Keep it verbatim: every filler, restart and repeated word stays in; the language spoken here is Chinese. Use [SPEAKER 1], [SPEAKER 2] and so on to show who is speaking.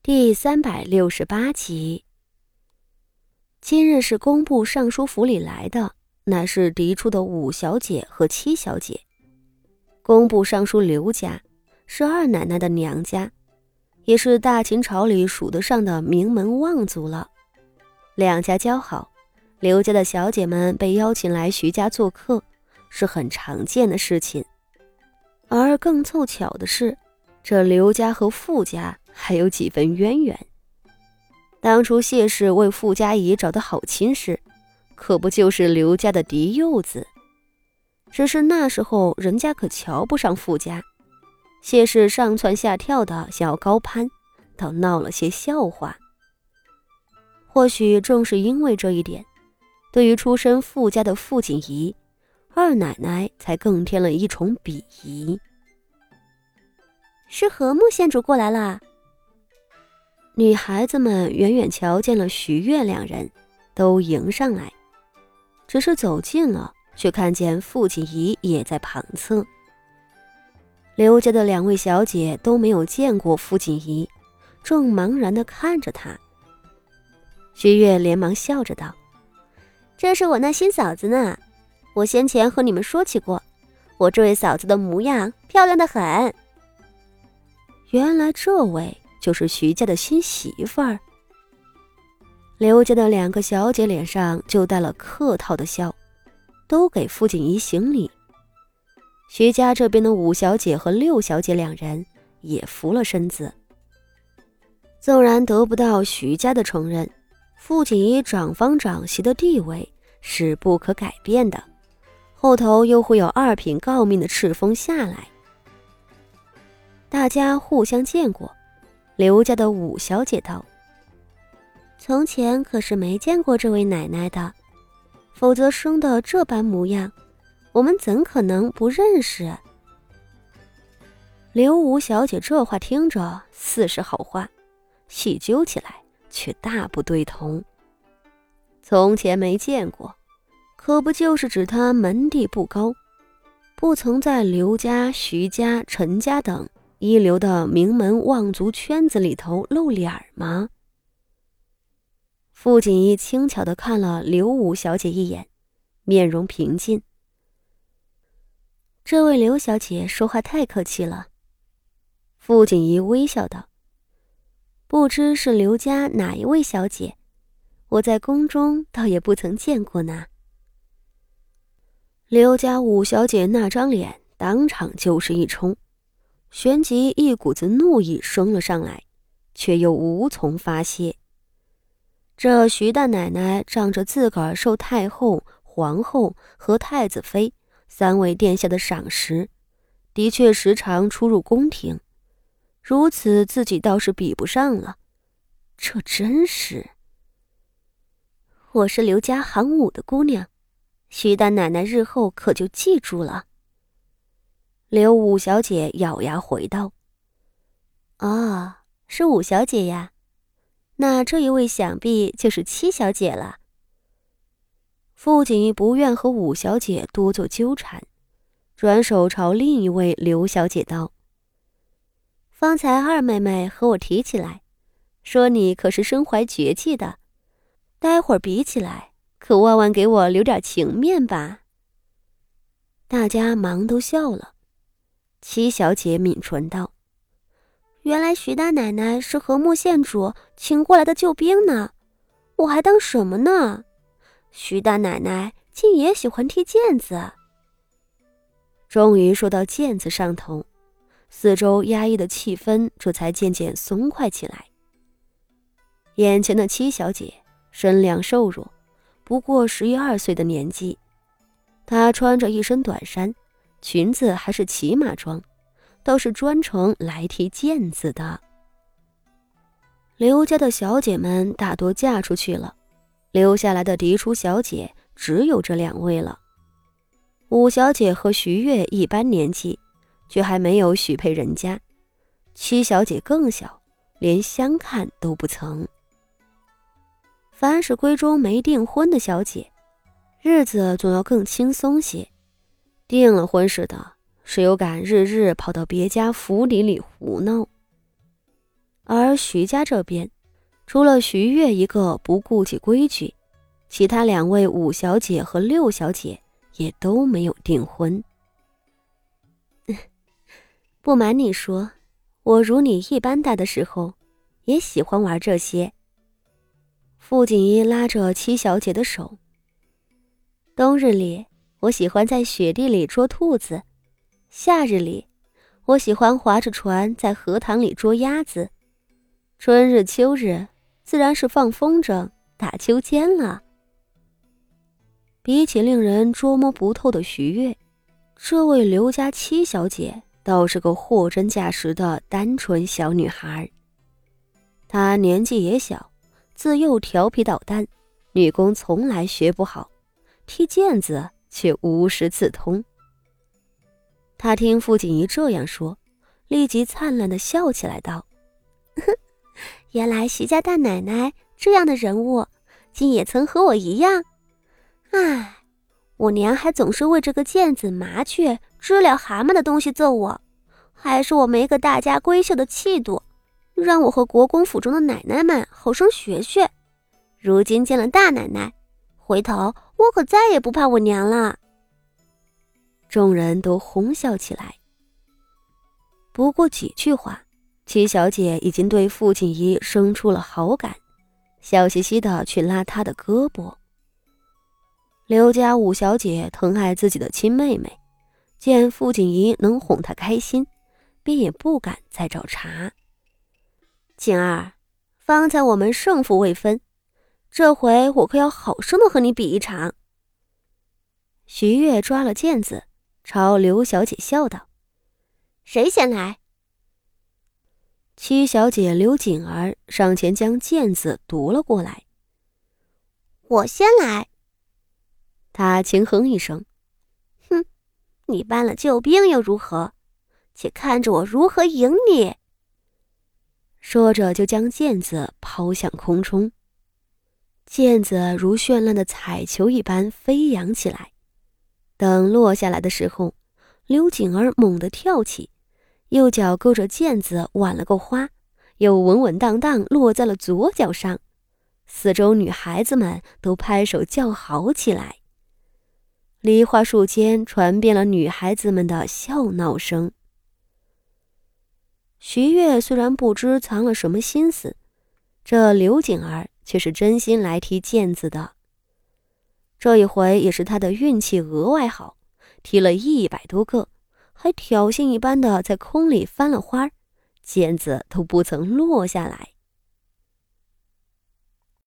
[SPEAKER 1] 第三百六十八集。今日是工部尚书府里来的，乃是嫡出的五小姐和七小姐。工部尚书刘家是二奶奶的娘家，也是大秦朝里数得上的名门望族了。两家交好，刘家的小姐们被邀请来徐家做客，是很常见的事情。而更凑巧的是，这刘家和傅家还有几分渊源。当初谢氏为傅家仪找的好亲事，可不就是刘家的嫡幼子。只是那时候人家可瞧不上傅家，谢氏上蹿下跳的想要高攀，倒闹了些笑话。或许正是因为这一点，对于出身傅家的傅锦仪，二奶奶才更添了一重鄙夷。
[SPEAKER 2] 是和睦县主过来了。
[SPEAKER 1] 女孩子们远远瞧见了徐悦两人，都迎上来，只是走近了，却看见傅锦仪也在旁侧。刘家的两位小姐都没有见过傅锦仪，正茫然地看着她。徐悦连忙笑着道：“
[SPEAKER 2] 这是我那新嫂子呢，我先前和你们说起过，我这位嫂子的模样漂亮得很。”
[SPEAKER 1] 原来这位就是徐家的新媳妇儿。刘家的两个小姐脸上就带了客套的笑，都给傅锦仪行礼。徐家这边的五小姐和六小姐两人也扶了身子。纵然得不到徐家的承认，傅锦仪长房长媳的地位是不可改变的，后头又会有二品诰命的敕封下来。大家互相见过，刘家的五小姐道：“
[SPEAKER 2] 从前可是没见过这位奶奶的，否则生的这般模样，我们怎可能不认识？”
[SPEAKER 1] 刘五小姐这话听着似是好话，细究起来却大不对同。从前没见过，可不就是指她门第不高，不曾在刘家、徐家、陈家等一流的名门望族圈子里头露脸吗？傅锦仪轻巧地看了刘五小姐一眼，面容平静。这位刘小姐说话太客气了。傅锦仪微笑道：“不知是刘家哪一位小姐，我在宫中倒也不曾见过呢。”刘家五小姐那张脸当场就是一冲，旋即一股子怒意升了上来，却又无从发泄。这徐大奶奶仗着自个儿受太后、皇后和太子妃三位殿下的赏识，的确时常出入宫廷，如此自己倒是比不上了。这真是……
[SPEAKER 2] 我是刘家行五的姑娘，徐大奶奶日后可就记住了。
[SPEAKER 1] 刘五小姐咬牙回道：“
[SPEAKER 2] 哦，是五小姐呀，那这一位想必就是七小姐了。”
[SPEAKER 1] 傅锦仪不愿和五小姐多做纠缠，转手朝另一位刘小姐道：“
[SPEAKER 2] 方才二妹妹和我提起来，说你可是身怀绝技的，待会儿比起来，可万万给我留点情面吧。”
[SPEAKER 1] 大家忙都笑了。七小姐抿唇道：“
[SPEAKER 2] 原来徐大奶奶是和睦县主请过来的救兵呢，我还当什么呢？徐大奶奶竟也喜欢踢毽子。”
[SPEAKER 1] 终于说到毽子上头，四周压抑的气氛这才渐渐松快起来。眼前的七小姐身量瘦弱，不过十一二岁的年纪，她穿着一身短衫，裙子还是骑马装，倒是专程来踢毽子的。刘家的小姐们大多嫁出去了，留下来的嫡出小姐只有这两位了。五小姐和徐悦一般年纪，却还没有许配人家；七小姐更小，连相看都不曾。凡是闺中没订婚的小姐，日子总要更轻松些。订了婚似的，谁又敢日日跑到别家府邸里胡闹？ 而徐家这边，除了徐月一个不顾及规矩，其他两位五小姐和六小姐也都没有订婚。
[SPEAKER 2] 不瞒你说，我如你一般大的时候，也喜欢玩这些。
[SPEAKER 1] 傅锦衣拉着七小姐的手。
[SPEAKER 2] 冬日里，我喜欢在雪地里捉兔子；夏日里，我喜欢划着船在荷塘里捉鸭子；春日、秋日，自然是放风筝、打秋千了。
[SPEAKER 1] 比起令人捉摸不透的徐月，这位刘家七小姐倒是个货真价实的单纯小女孩。她年纪也小，自幼调皮捣蛋，女工从来学不好，踢毽子却无师自通。她听傅锦衣这样说，立即灿烂地笑起来道：
[SPEAKER 2] 原来徐家大奶奶这样的人物，竟也曾和我一样。唉，我娘还总是为这个毽子、麻雀、知了、蛤蟆的东西揍我，还是我没个大家闺秀的气度，让我和国公府中的奶奶们好生学学。如今见了大奶奶，回头我可再也不怕我娘了。
[SPEAKER 1] 众人都哄笑起来。不过几句话，七小姐已经对傅锦衣生出了好感，笑嘻嘻地去拉她的胳膊。刘家五小姐疼爱自己的亲妹妹，见傅锦衣能哄她开心，便也不敢再找茬。
[SPEAKER 2] 锦儿，方才我们胜负未分，这回我可要好生的和你比一场。
[SPEAKER 1] 徐月抓了毽子，朝刘小姐笑道：
[SPEAKER 2] 谁先来？
[SPEAKER 1] 七小姐刘锦儿上前将毽子夺了过来。
[SPEAKER 2] 我先来。
[SPEAKER 1] 她轻哼一声：
[SPEAKER 2] 哼，你搬了救兵又如何？且看着我如何赢你。
[SPEAKER 1] 说着就将毽子抛向空中，毽子如绚烂的彩球一般飞扬起来。等落下来的时候，刘锦儿猛地跳起，右脚勾着毽子挽了个花，又稳稳当当落在了左脚上。四周女孩子们都拍手叫好起来。梨花树间传遍了女孩子们的笑闹声。徐月虽然不知藏了什么心思，这刘锦儿却是真心来踢毽子的。这一回也是她的运气额外好，踢了一百多个，还挑衅一般的在空里翻了花，毽子都不曾落下来。